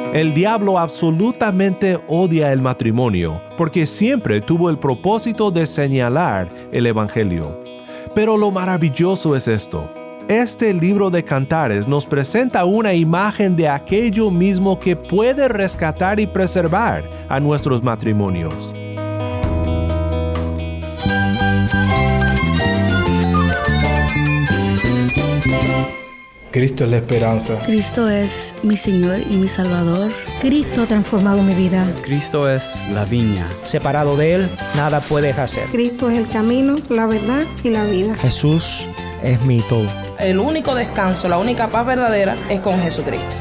El diablo absolutamente odia el matrimonio porque siempre tuvo el propósito de señalar el Evangelio. Pero lo maravilloso es esto. Este libro de Cantares nos presenta una imagen de aquello mismo que puede rescatar y preservar a nuestros matrimonios. Cristo es la esperanza. Cristo es mi Señor y mi Salvador. Cristo ha transformado mi vida. Cristo es la viña. Separado de Él, nada puedes hacer. Cristo es el camino, la verdad y la vida. Jesús es mi todo. El único descanso, la única paz verdadera es con Jesucristo.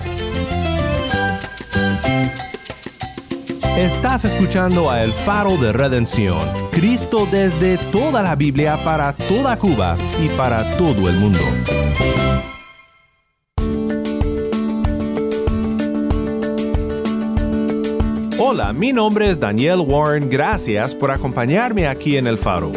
Estás escuchando a El Faro de Redención. Cristo desde toda la Biblia para toda Cuba y para todo el mundo. Hola, mi nombre es Daniel Warren. Gracias por acompañarme aquí en El Faro.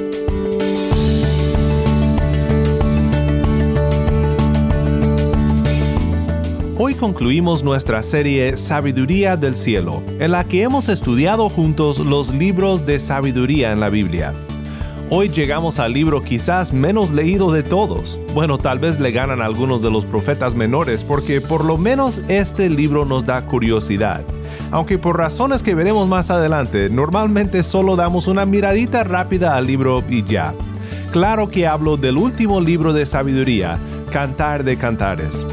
Hoy concluimos nuestra serie Sabiduría del Cielo, en la que hemos estudiado juntos los libros de sabiduría en la Biblia. Hoy llegamos al libro quizás menos leído de todos. Bueno, tal vez le ganan algunos de los profetas menores porque por lo menos este libro nos da curiosidad. Aunque por razones que veremos más adelante, normalmente solo damos una miradita rápida al libro y ya. Claro que hablo del último libro de sabiduría, Cantar de Cantares.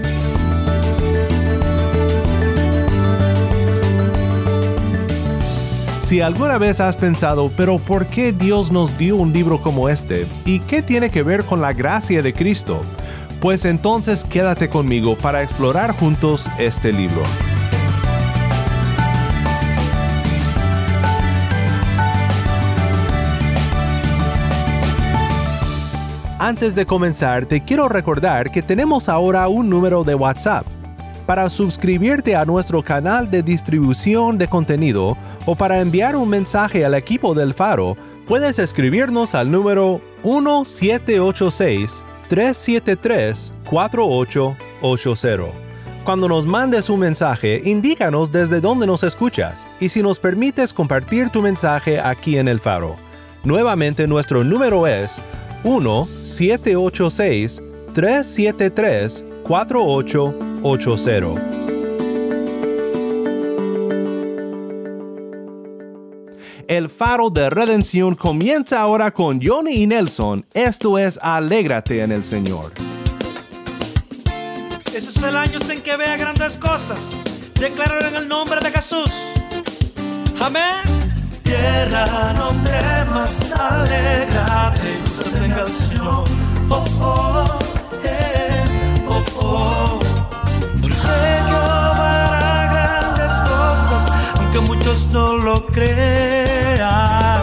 Si alguna vez has pensado, pero ¿por qué Dios nos dio un libro como este? ¿Y qué tiene que ver con la gracia de Cristo? Pues entonces quédate conmigo para explorar juntos este libro. Antes de comenzar, te quiero recordar que tenemos ahora un número de WhatsApp. Para suscribirte a nuestro canal de distribución de contenido o para enviar un mensaje al equipo del Faro, puedes escribirnos al número 1786-373-4880. Cuando nos mandes un mensaje, indícanos desde dónde nos escuchas y si nos permites compartir tu mensaje aquí en el Faro. Nuevamente nuestro número es 1-786-373-4880. El Faro de Redención comienza ahora con Johnny y Nelson. Esto es Alégrate en el Señor. Ese es el año en que vea grandes cosas. Declaro en el nombre de Jesús. Amén. Tierra, no temas, alégrate, goza en el Señor. Oh, oh, oh, oh. Porque Jehová hará grandes cosas, aunque muchos no lo crean.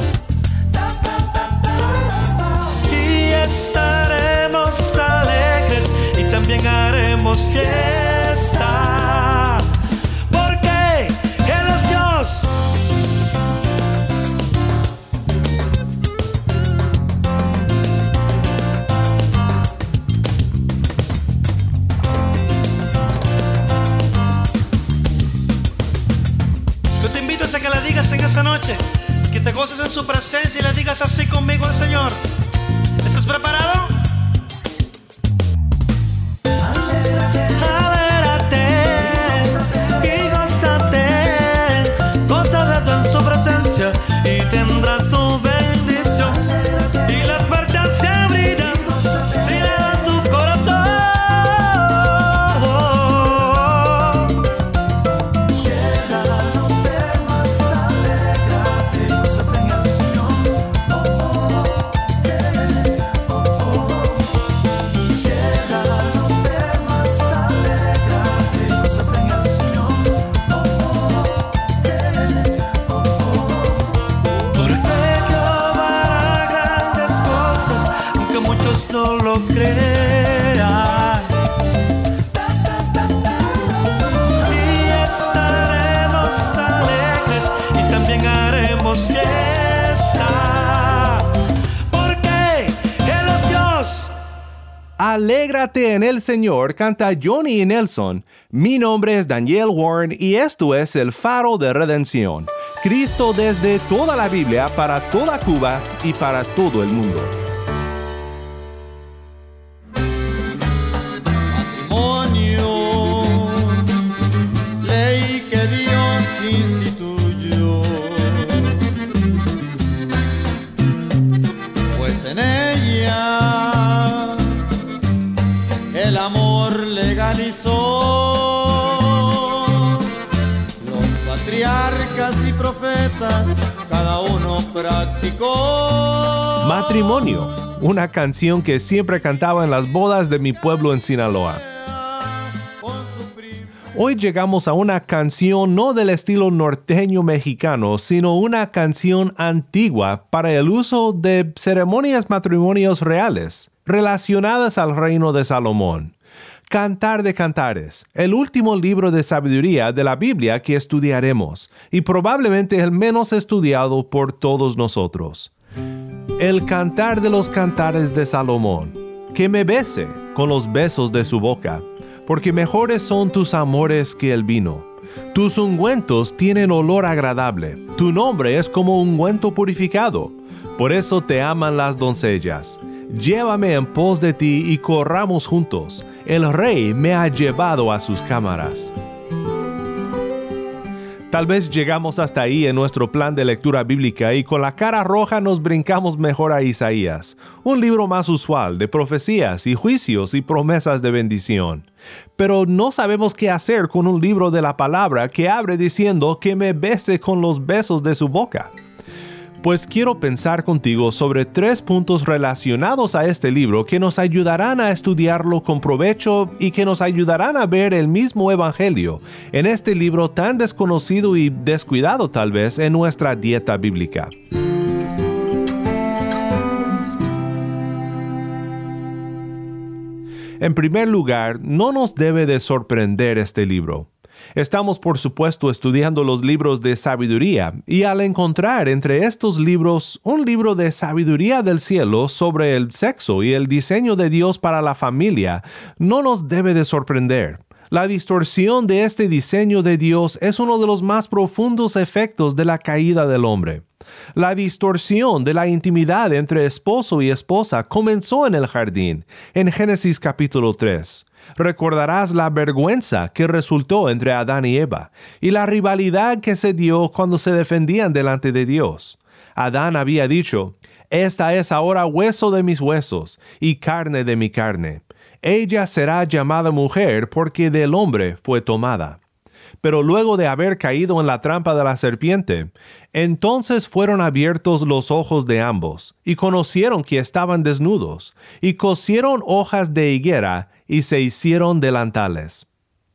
Y estaremos alegres y también haremos fiesta. Porque Él es Dios. A que le digas en esa noche, que te goces en su presencia y le digas así conmigo al Señor. ¿Estás preparado? Alégrate y gózate, gózate en su presencia y tendrás su bendición. Y las puertas se abrirán si le das tu corazón. No lo crean. Y estaremos alegres y también haremos fiesta. Porque Él es Dios. Alégrate en el Señor, canta Johnny y Nelson. Mi nombre es Daniel Warren y esto es El Faro de Redención. Cristo desde toda la Biblia, para toda Cuba y para todo el mundo. Matrimonio, ley que Dios instituyó, pues en ella el amor legalizó. Los patriarcas y profetas, cada uno practicó. Matrimonio, una canción que siempre cantaba en las bodas de mi pueblo en Sinaloa. Hoy llegamos a una canción no del estilo norteño mexicano, sino una canción antigua para el uso de ceremonias matrimonios reales, relacionadas al reino de Salomón. Cantar de Cantares, el último libro de sabiduría de la Biblia que estudiaremos, y probablemente el menos estudiado por todos nosotros. El cantar de los cantares de Salomón, que me bese con los besos de su boca, porque mejores son tus amores que el vino. Tus ungüentos tienen olor agradable, tu nombre es como ungüento purificado, por eso te aman las doncellas. Llévame en pos de ti y corramos juntos. El rey me ha llevado a sus cámaras. Tal vez llegamos hasta ahí en nuestro plan de lectura bíblica y con la cara roja nos brincamos mejor a Isaías, un libro más usual de profecías y juicios y promesas de bendición. Pero no sabemos qué hacer con un libro de la palabra que abre diciendo que me bese con los besos de su boca. Pues quiero pensar contigo sobre 3 puntos relacionados a este libro que nos ayudarán a estudiarlo con provecho y que nos ayudarán a ver el mismo evangelio en este libro tan desconocido y descuidado tal vez en nuestra dieta bíblica. En primer lugar, no nos debe de sorprender este libro. Estamos por supuesto estudiando los libros de sabiduría y al encontrar entre estos libros un libro de sabiduría del cielo sobre el sexo y el diseño de Dios para la familia, no nos debe de sorprender. La distorsión de este diseño de Dios es uno de los más profundos efectos de la caída del hombre. La distorsión de la intimidad entre esposo y esposa comenzó en el jardín, en Génesis capítulo 3. Recordarás la vergüenza que resultó entre Adán y Eva, y la rivalidad que se dio cuando se defendían delante de Dios. Adán había dicho, «Esta es ahora hueso de mis huesos, y carne de mi carne. Ella será llamada mujer porque del hombre fue tomada». Pero luego de haber caído en la trampa de la serpiente, entonces fueron abiertos los ojos de ambos, y conocieron que estaban desnudos, y cosieron hojas de higuera, y se hicieron delantales.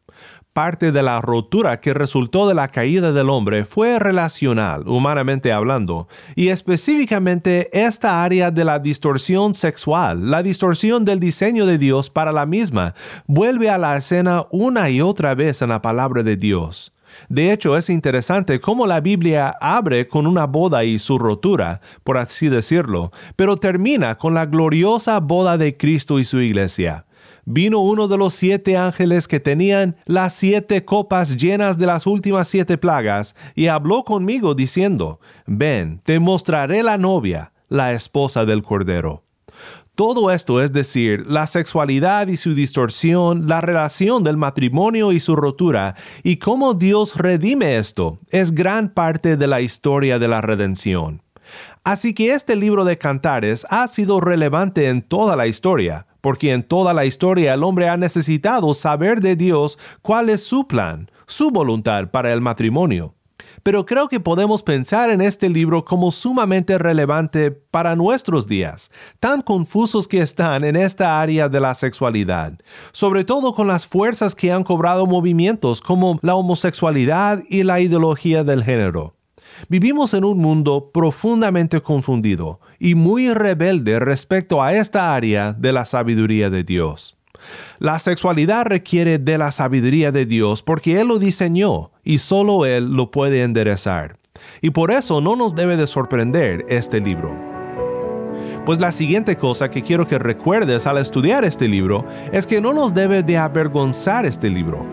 Parte de la rotura que resultó de la caída del hombre fue relacional, humanamente hablando, y específicamente esta área de la distorsión sexual, la distorsión del diseño de Dios para la misma, vuelve a la escena una y otra vez en la palabra de Dios. De hecho, es interesante cómo la Biblia abre con una boda y su rotura, por así decirlo, pero termina con la gloriosa boda de Cristo y su iglesia. Vino uno de los 7 ángeles que tenían las 7 copas llenas de las últimas 7 plagas, y habló conmigo diciendo, «Ven, te mostraré la novia, la esposa del Cordero». Todo esto, es decir, la sexualidad y su distorsión, la relación del matrimonio y su rotura, y cómo Dios redime esto, es gran parte de la historia de la redención. Así que este libro de Cantares ha sido relevante en toda la historia, porque en toda la historia el hombre ha necesitado saber de Dios cuál es su plan, su voluntad para el matrimonio. Pero creo que podemos pensar en este libro como sumamente relevante para nuestros días, tan confusos que están en esta área de la sexualidad, sobre todo con las fuerzas que han cobrado movimientos como la homosexualidad y la ideología del género. Vivimos en un mundo profundamente confundido y muy rebelde respecto a esta área de la sabiduría de Dios. La sexualidad requiere de la sabiduría de Dios porque Él lo diseñó y solo Él lo puede enderezar. Y por eso no nos debe de sorprender este libro. Pues la siguiente cosa que quiero que recuerdes al estudiar este libro es que no nos debe de avergonzar este libro.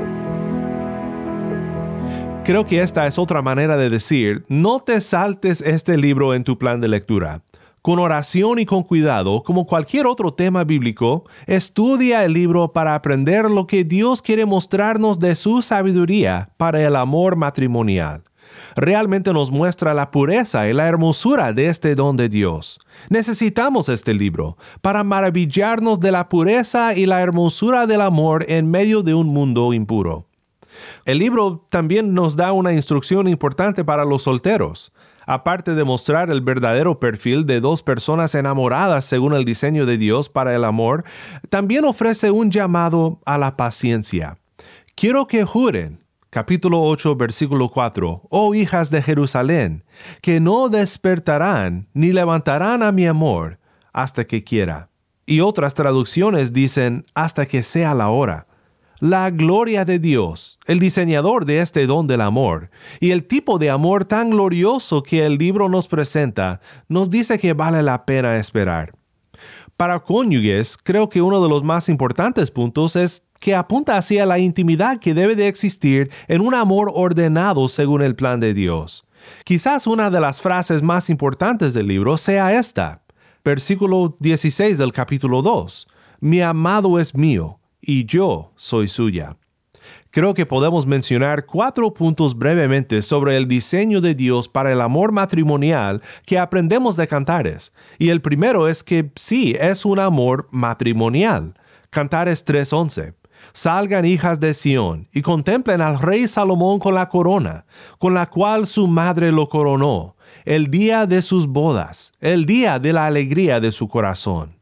Creo que esta es otra manera de decir, no te saltes este libro en tu plan de lectura. Con oración y con cuidado, como cualquier otro tema bíblico, estudia el libro para aprender lo que Dios quiere mostrarnos de su sabiduría para el amor matrimonial. Realmente nos muestra la pureza y la hermosura de este don de Dios. Necesitamos este libro para maravillarnos de la pureza y la hermosura del amor en medio de un mundo impuro. El libro también nos da una instrucción importante para los solteros. Aparte de mostrar el verdadero perfil de dos personas enamoradas según el diseño de Dios para el amor, también ofrece un llamado a la paciencia. Quiero que juren, capítulo 8, versículo 4, oh hijas de Jerusalén, que no despertarán ni levantarán a mi amor hasta que quiera. Y otras traducciones dicen hasta que sea la hora. La gloria de Dios, el diseñador de este don del amor, y el tipo de amor tan glorioso que el libro nos presenta, nos dice que vale la pena esperar. Para cónyuges, creo que uno de los más importantes puntos es que apunta hacia la intimidad que debe de existir en un amor ordenado según el plan de Dios. Quizás una de las frases más importantes del libro sea esta, versículo 16 del capítulo 2, mi amado es mío, y yo soy suya. Creo que podemos mencionar 4 puntos brevemente sobre el diseño de Dios para el amor matrimonial que aprendemos de Cantares. Y el primero es que sí, es un amor matrimonial. Cantares 3:11. Salgan hijas de Sión y contemplen al rey Salomón con la corona, con la cual su madre lo coronó, el día de sus bodas, el día de la alegría de su corazón.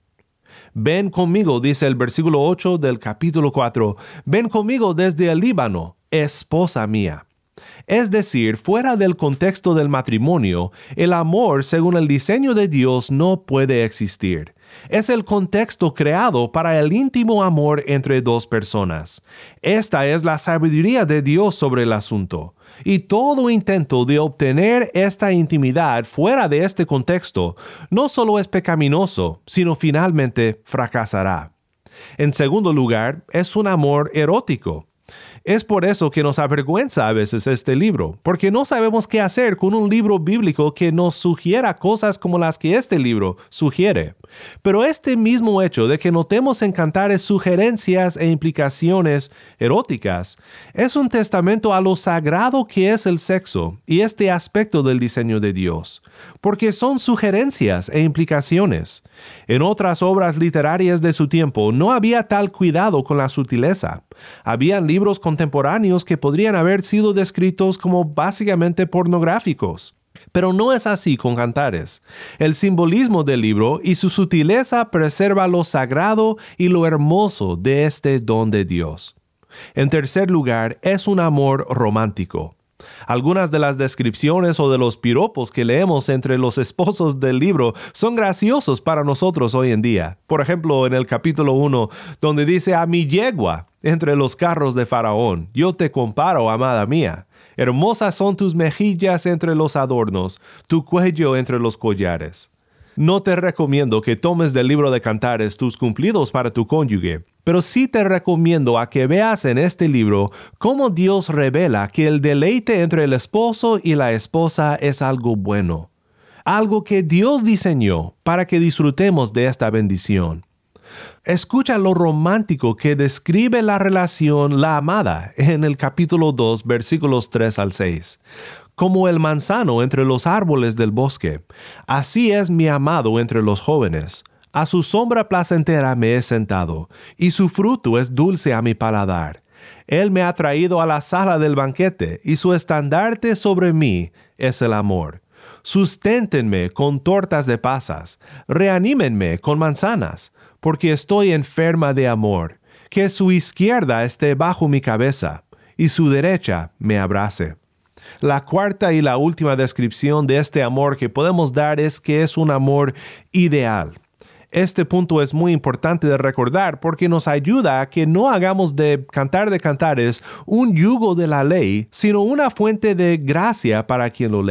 Ven conmigo, dice el versículo 8 del capítulo 4, ven conmigo desde el Líbano, esposa mía. Es decir, fuera del contexto del matrimonio, el amor según el diseño de Dios no puede existir. Es el contexto creado para el íntimo amor entre dos personas. Esta es la sabiduría de Dios sobre el asunto. Y todo intento de obtener esta intimidad fuera de este contexto no solo es pecaminoso, sino finalmente fracasará. En segundo lugar, es un amor erótico. Es por eso que nos avergüenza a veces este libro, porque no sabemos qué hacer con un libro bíblico que nos sugiera cosas como las que este libro sugiere. Pero este mismo hecho de que notemos en Cantares sugerencias e implicaciones eróticas es un testamento a lo sagrado que es el sexo y este aspecto del diseño de Dios, porque son sugerencias e implicaciones. En otras obras literarias de su tiempo no había tal cuidado con la sutileza. Habían libros contemporáneos que podrían haber sido descritos como básicamente pornográficos. Pero no es así con Cantares. El simbolismo del libro y su sutileza preserva lo sagrado y lo hermoso de este don de Dios. En tercer lugar, es un amor romántico. Algunas de las descripciones o de los piropos que leemos entre los esposos del libro son graciosos para nosotros hoy en día. Por ejemplo, en el capítulo 1, donde dice a mi yegua entre los carros de Faraón, yo te comparo, amada mía. Hermosas son tus mejillas entre los adornos, tu cuello entre los collares. No te recomiendo que tomes del libro de Cantares tus cumplidos para tu cónyuge, pero sí te recomiendo a que veas en este libro cómo Dios revela que el deleite entre el esposo y la esposa es algo bueno, algo que Dios diseñó para que disfrutemos de esta bendición. Escucha lo romántico que describe la relación la amada en el capítulo 2, versículos 3 al 6. Como el manzano entre los árboles del bosque, así es mi amado entre los jóvenes. A su sombra placentera me he sentado, y su fruto es dulce a mi paladar. Él me ha traído a la sala del banquete, y su estandarte sobre mí es el amor. Susténtenme con tortas de pasas, reanímenme con manzanas, porque estoy enferma de amor. Que su izquierda esté bajo mi cabeza, y su derecha me abrace. La cuarta y la última descripción de este amor que podemos dar es que es un amor ideal. Este punto es muy importante de recordar porque nos ayuda a que no hagamos de Cantar de Cantares un yugo de la ley, sino una fuente de gracia para quien lo lea.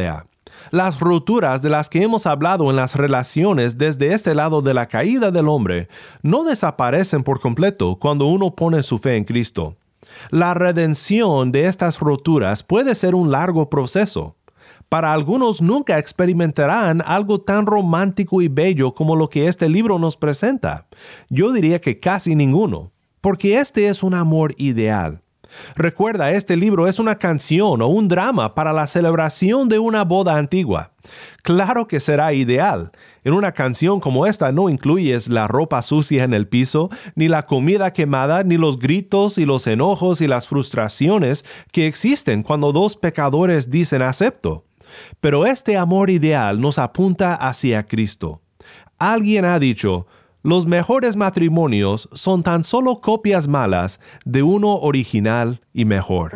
Las roturas de las que hemos hablado en las relaciones desde este lado de la caída del hombre no desaparecen por completo cuando uno pone su fe en Cristo. La redención de estas roturas puede ser un largo proceso. Para algunos nunca experimentarán algo tan romántico y bello como lo que este libro nos presenta. Yo diría que casi ninguno, porque este es un amor ideal. Recuerda, este libro es una canción o un drama para la celebración de una boda antigua. Claro que será ideal. En una canción como esta no incluyes la ropa sucia en el piso, ni la comida quemada, ni los gritos y los enojos y las frustraciones que existen cuando dos pecadores dicen acepto. Pero este amor ideal nos apunta hacia Cristo. Alguien ha dicho, los mejores matrimonios son tan solo copias malas de uno original y mejor.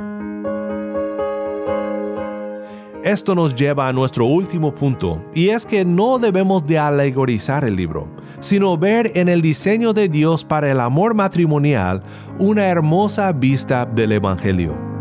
Esto nos lleva a nuestro último punto, y es que no debemos de alegorizar el libro, sino ver en el diseño de Dios para el amor matrimonial una hermosa vista del Evangelio.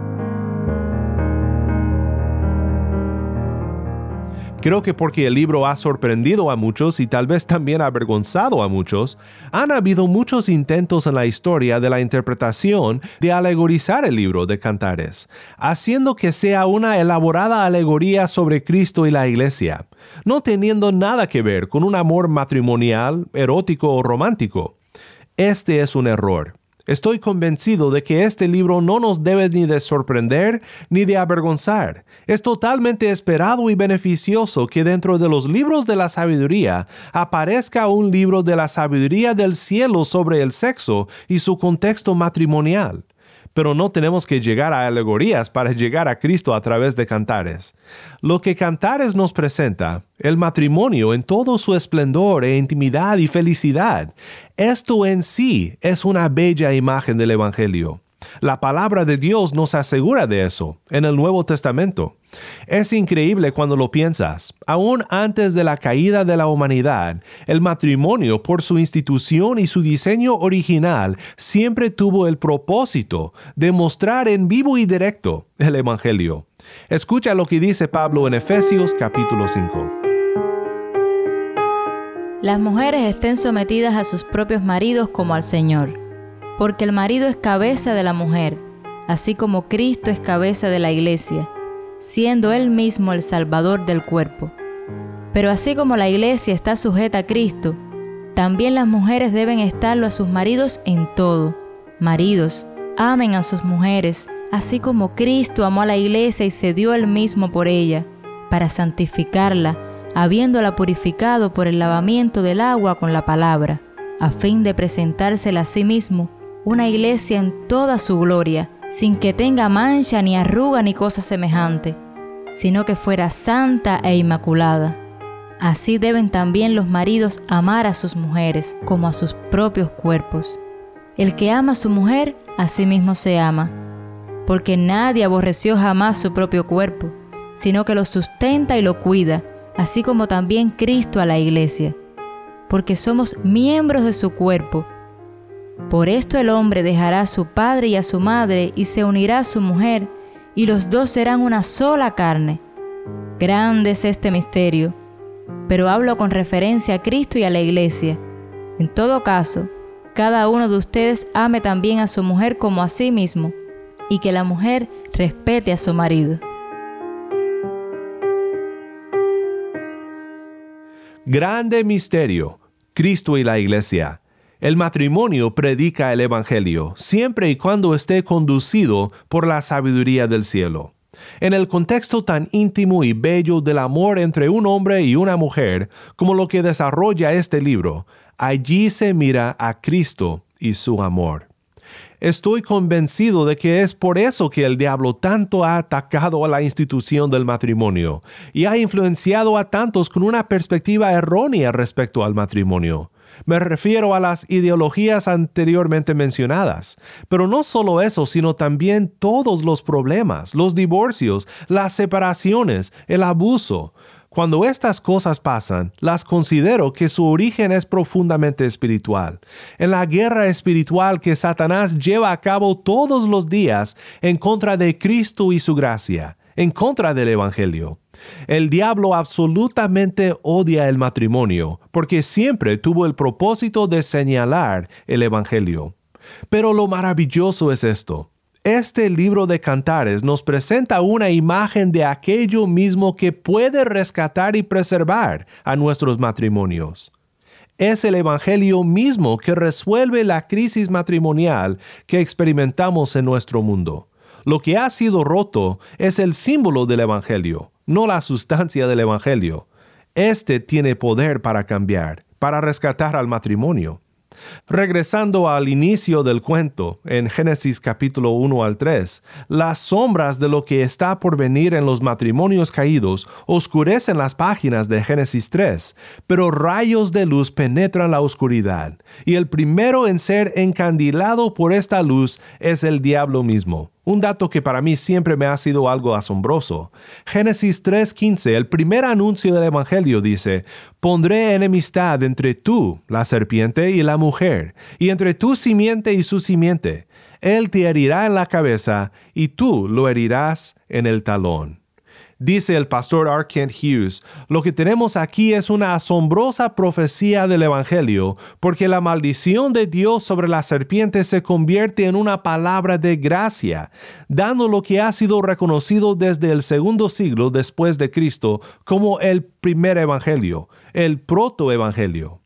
Creo que porque el libro ha sorprendido a muchos y tal vez también avergonzado a muchos, han habido muchos intentos en la historia de la interpretación de alegorizar el libro de Cantares, haciendo que sea una elaborada alegoría sobre Cristo y la Iglesia, no teniendo nada que ver con un amor matrimonial, erótico o romántico. Este es un error. Estoy convencido de que este libro no nos debe ni de sorprender ni de avergonzar. Es totalmente esperado y beneficioso que dentro de los libros de la sabiduría aparezca un libro de la sabiduría del cielo sobre el sexo y su contexto matrimonial. Pero no tenemos que llegar a alegorías para llegar a Cristo a través de Cantares. Lo que Cantares nos presenta, el matrimonio en todo su esplendor e intimidad y felicidad, esto en sí es una bella imagen del Evangelio. La palabra de Dios nos asegura de eso en el Nuevo Testamento. Es increíble cuando lo piensas. Aún antes de la caída de la humanidad, el matrimonio, por su institución y su diseño original, siempre tuvo el propósito de mostrar en vivo y directo el Evangelio. Escucha lo que dice Pablo en Efesios capítulo 5. Las mujeres estén sometidas a sus propios maridos como al Señor, porque el marido es cabeza de la mujer, así como Cristo es cabeza de la iglesia, siendo Él mismo el Salvador del cuerpo. Pero así como la iglesia está sujeta a Cristo, también las mujeres deben estarlo a sus maridos en todo. Maridos, amen a sus mujeres, así como Cristo amó a la iglesia y se dio Él mismo por ella, para santificarla, habiéndola purificado por el lavamiento del agua con la palabra, a fin de presentársela a sí mismo, una iglesia en toda su gloria, sin que tenga mancha ni arruga ni cosa semejante, sino que fuera santa e inmaculada. Así deben también los maridos amar a sus mujeres como a sus propios cuerpos. El que ama a su mujer, a sí mismo se ama, porque nadie aborreció jamás su propio cuerpo, sino que lo sustenta y lo cuida, así como también Cristo a la iglesia, porque somos miembros de su cuerpo. Por esto el hombre dejará a su padre y a su madre y se unirá a su mujer, y los dos serán una sola carne. Grande es este misterio, pero hablo con referencia a Cristo y a la iglesia. En todo caso, cada uno de ustedes ame también a su mujer como a sí mismo, y que la mujer respete a su marido. Grande misterio, Cristo y la iglesia. El matrimonio predica el Evangelio, siempre y cuando esté conducido por la sabiduría del cielo. En el contexto tan íntimo y bello del amor entre un hombre y una mujer, como lo que desarrolla este libro, allí se mira a Cristo y su amor. Estoy convencido de que es por eso que el diablo tanto ha atacado a la institución del matrimonio y ha influenciado a tantos con una perspectiva errónea respecto al matrimonio. Me refiero a las ideologías anteriormente mencionadas, pero no solo eso, sino también todos los problemas, los divorcios, las separaciones, el abuso. Cuando estas cosas pasan, las considero que su origen es profundamente espiritual, en la guerra espiritual que Satanás lleva a cabo todos los días en contra de Cristo y su gracia, en contra del Evangelio. El diablo absolutamente odia el matrimonio porque siempre tuvo el propósito de señalar el Evangelio. Pero lo maravilloso es esto. Este libro de Cantares nos presenta una imagen de aquello mismo que puede rescatar y preservar a nuestros matrimonios. Es el Evangelio mismo que resuelve la crisis matrimonial que experimentamos en nuestro mundo. Lo que ha sido roto es el símbolo del Evangelio, no la sustancia del Evangelio. Este tiene poder para cambiar, para rescatar al matrimonio. Regresando al inicio del cuento, en Génesis capítulo 1 al 3, las sombras de lo que está por venir en los matrimonios caídos oscurecen las páginas de Génesis 3, pero rayos de luz penetran la oscuridad, y el primero en ser encandilado por esta luz es el diablo mismo. Un dato que para mí siempre me ha sido algo asombroso. Génesis 3:15, el primer anuncio del Evangelio dice: «Pondré enemistad entre tú, la serpiente, y la mujer, y entre tu simiente y su simiente. Él te herirá en la cabeza, y tú lo herirás en el talón». Dice el pastor R. Kent Hughes, lo que tenemos aquí es una asombrosa profecía del Evangelio, porque la maldición de Dios sobre la serpiente se convierte en una palabra de gracia, dando lo que ha sido reconocido desde el segundo siglo después de Cristo como el primer Evangelio, el protoevangelio.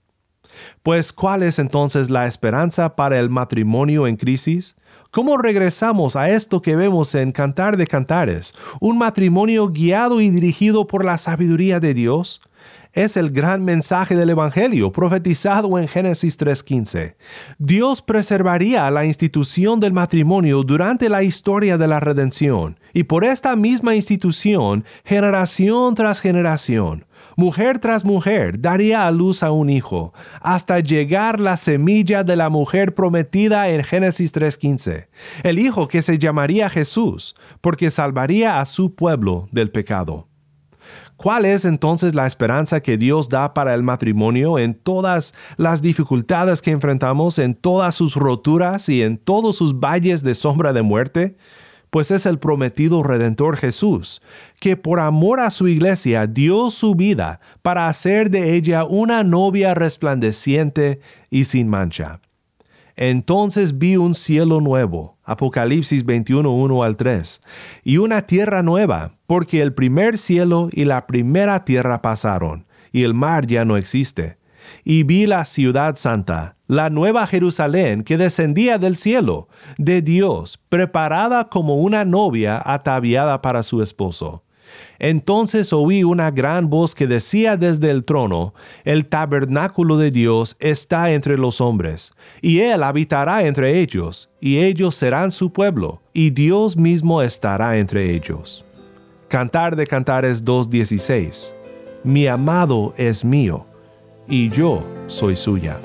Pues, ¿cuál es entonces la esperanza para el matrimonio en crisis? ¿Cómo regresamos a esto que vemos en Cantar de Cantares, un matrimonio guiado y dirigido por la sabiduría de Dios? Es el gran mensaje del Evangelio profetizado en Génesis 3:15. Dios preservaría la institución del matrimonio durante la historia de la redención, y por esta misma institución, generación tras generación, mujer tras mujer, daría a luz a un hijo, hasta llegar la semilla de la mujer prometida en Génesis 3:15, el hijo que se llamaría Jesús, porque salvaría a su pueblo del pecado. ¿Cuál es entonces la esperanza que Dios da para el matrimonio en todas las dificultades que enfrentamos, en todas sus roturas y en todos sus valles de sombra de muerte? Pues es el prometido Redentor Jesús, que por amor a su iglesia dio su vida para hacer de ella una novia resplandeciente y sin mancha. Entonces vi un cielo nuevo, Apocalipsis 21, 1 al 3, y una tierra nueva, porque el primer cielo y la primera tierra pasaron, y el mar ya no existe. Y vi la ciudad santa, la nueva Jerusalén que descendía del cielo, de Dios, preparada como una novia ataviada para su esposo. Entonces oí una gran voz que decía desde el trono: «El tabernáculo de Dios está entre los hombres, y Él habitará entre ellos, y ellos serán su pueblo, y Dios mismo estará entre ellos». Cantar de Cantares 2:16. Mi amado es mío, y yo soy suya.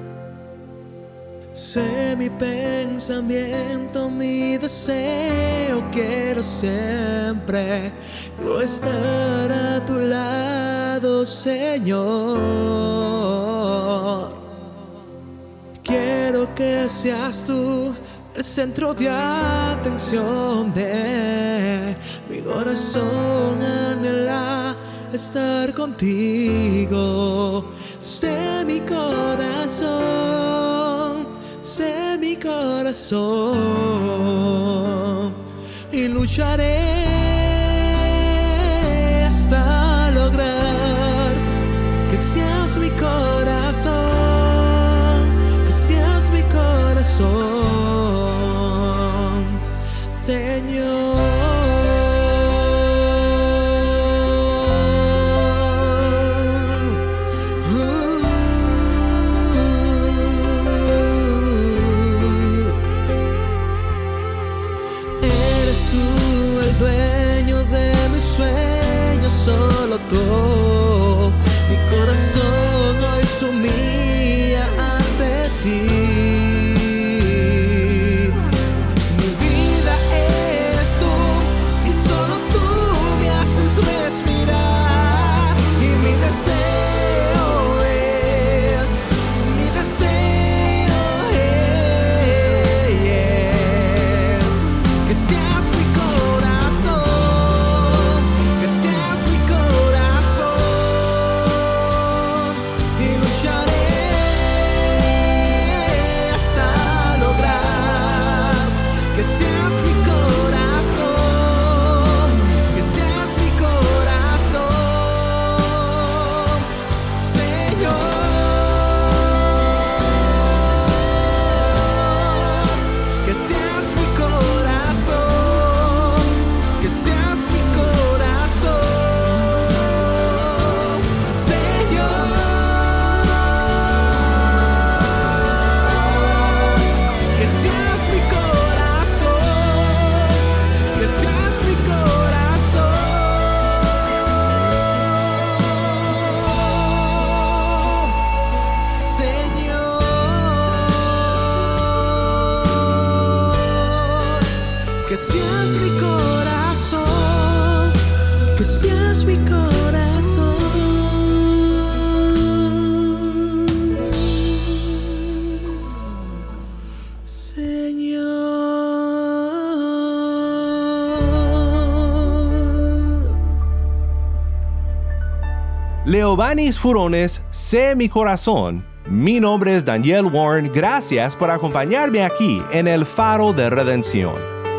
Sé mi pensamiento, mi deseo, quiero siempre yo estar a tu lado, Señor. Quiero que seas tú el centro de atención de mi corazón, anhela estar contigo. Sé mi corazón, sé mi corazón, y lucharé hasta lograr que seas mi corazón, que seas mi corazón, Señor. Solo tú, mi corazón hoy se humilla ante ti. Mi vida eres tú, y solo tú me haces respirar. Y mi deseo es que seas mi corazón. seas mi corazón, que seas mi corazón. Leobanis Furones, sé mi corazón. Mi nombre es Daniel Warren. Gracias por acompañarme aquí en el Faro de Redención.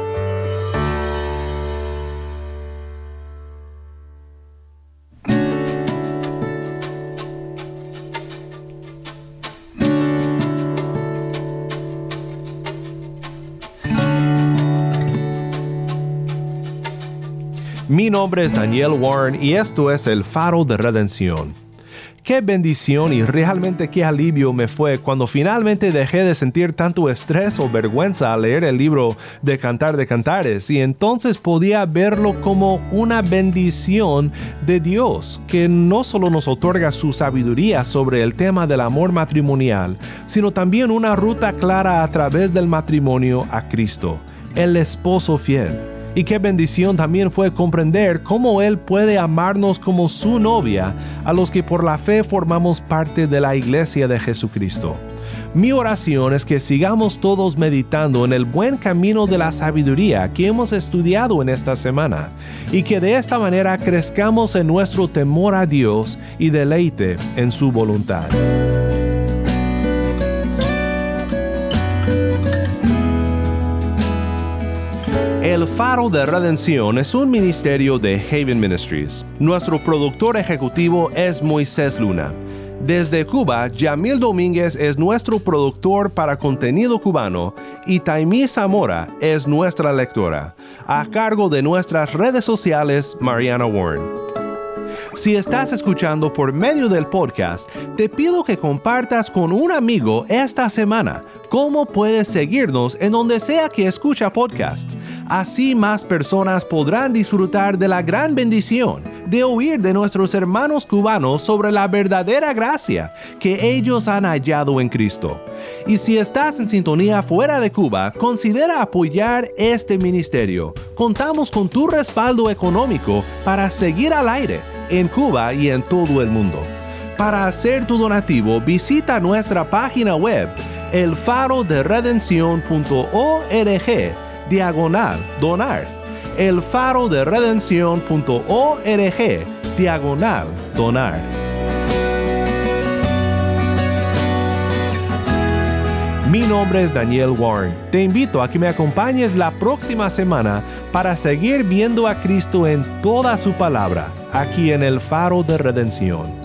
Mi nombre es Daniel Warren y esto es el Faro de Redención. Qué bendición y realmente qué alivio me fue cuando finalmente dejé de sentir tanto estrés o vergüenza al leer el libro de Cantar de Cantares y entonces podía verlo como una bendición de Dios que no solo nos otorga su sabiduría sobre el tema del amor matrimonial, sino también una ruta clara a través del matrimonio a Cristo, el esposo fiel. Y qué bendición también fue comprender cómo Él puede amarnos como su novia a los que por la fe formamos parte de la Iglesia de Jesucristo. Mi oración es que sigamos todos meditando en el buen camino de la sabiduría que hemos estudiado en esta semana y que de esta manera crezcamos en nuestro temor a Dios y deleite en su voluntad. El Faro de Redención es un ministerio de Haven Ministries. Nuestro productor ejecutivo es Moisés Luna. Desde Cuba, Yamil Domínguez es nuestro productor para contenido cubano y Taimí Zamora es nuestra lectora. A cargo de nuestras redes sociales, Mariana Warren. Si estás escuchando por medio del podcast, te pido que compartas con un amigo esta semana cómo puedes seguirnos en donde sea que escucha podcasts. Así más personas podrán disfrutar de la gran bendición de oír de nuestros hermanos cubanos sobre la verdadera gracia que ellos han hallado en Cristo. Y si estás en sintonía fuera de Cuba, considera apoyar este ministerio. Contamos con tu respaldo económico para seguir al aire en Cuba y en todo el mundo. Para hacer tu donativo, visita nuestra página web elfaroderedención.org/donar. elfaroderedención.org/donar. Mi nombre es Daniel Warren. Te invito a que me acompañes la próxima semana para seguir viendo a Cristo en toda su palabra, aquí en el Faro de Redención.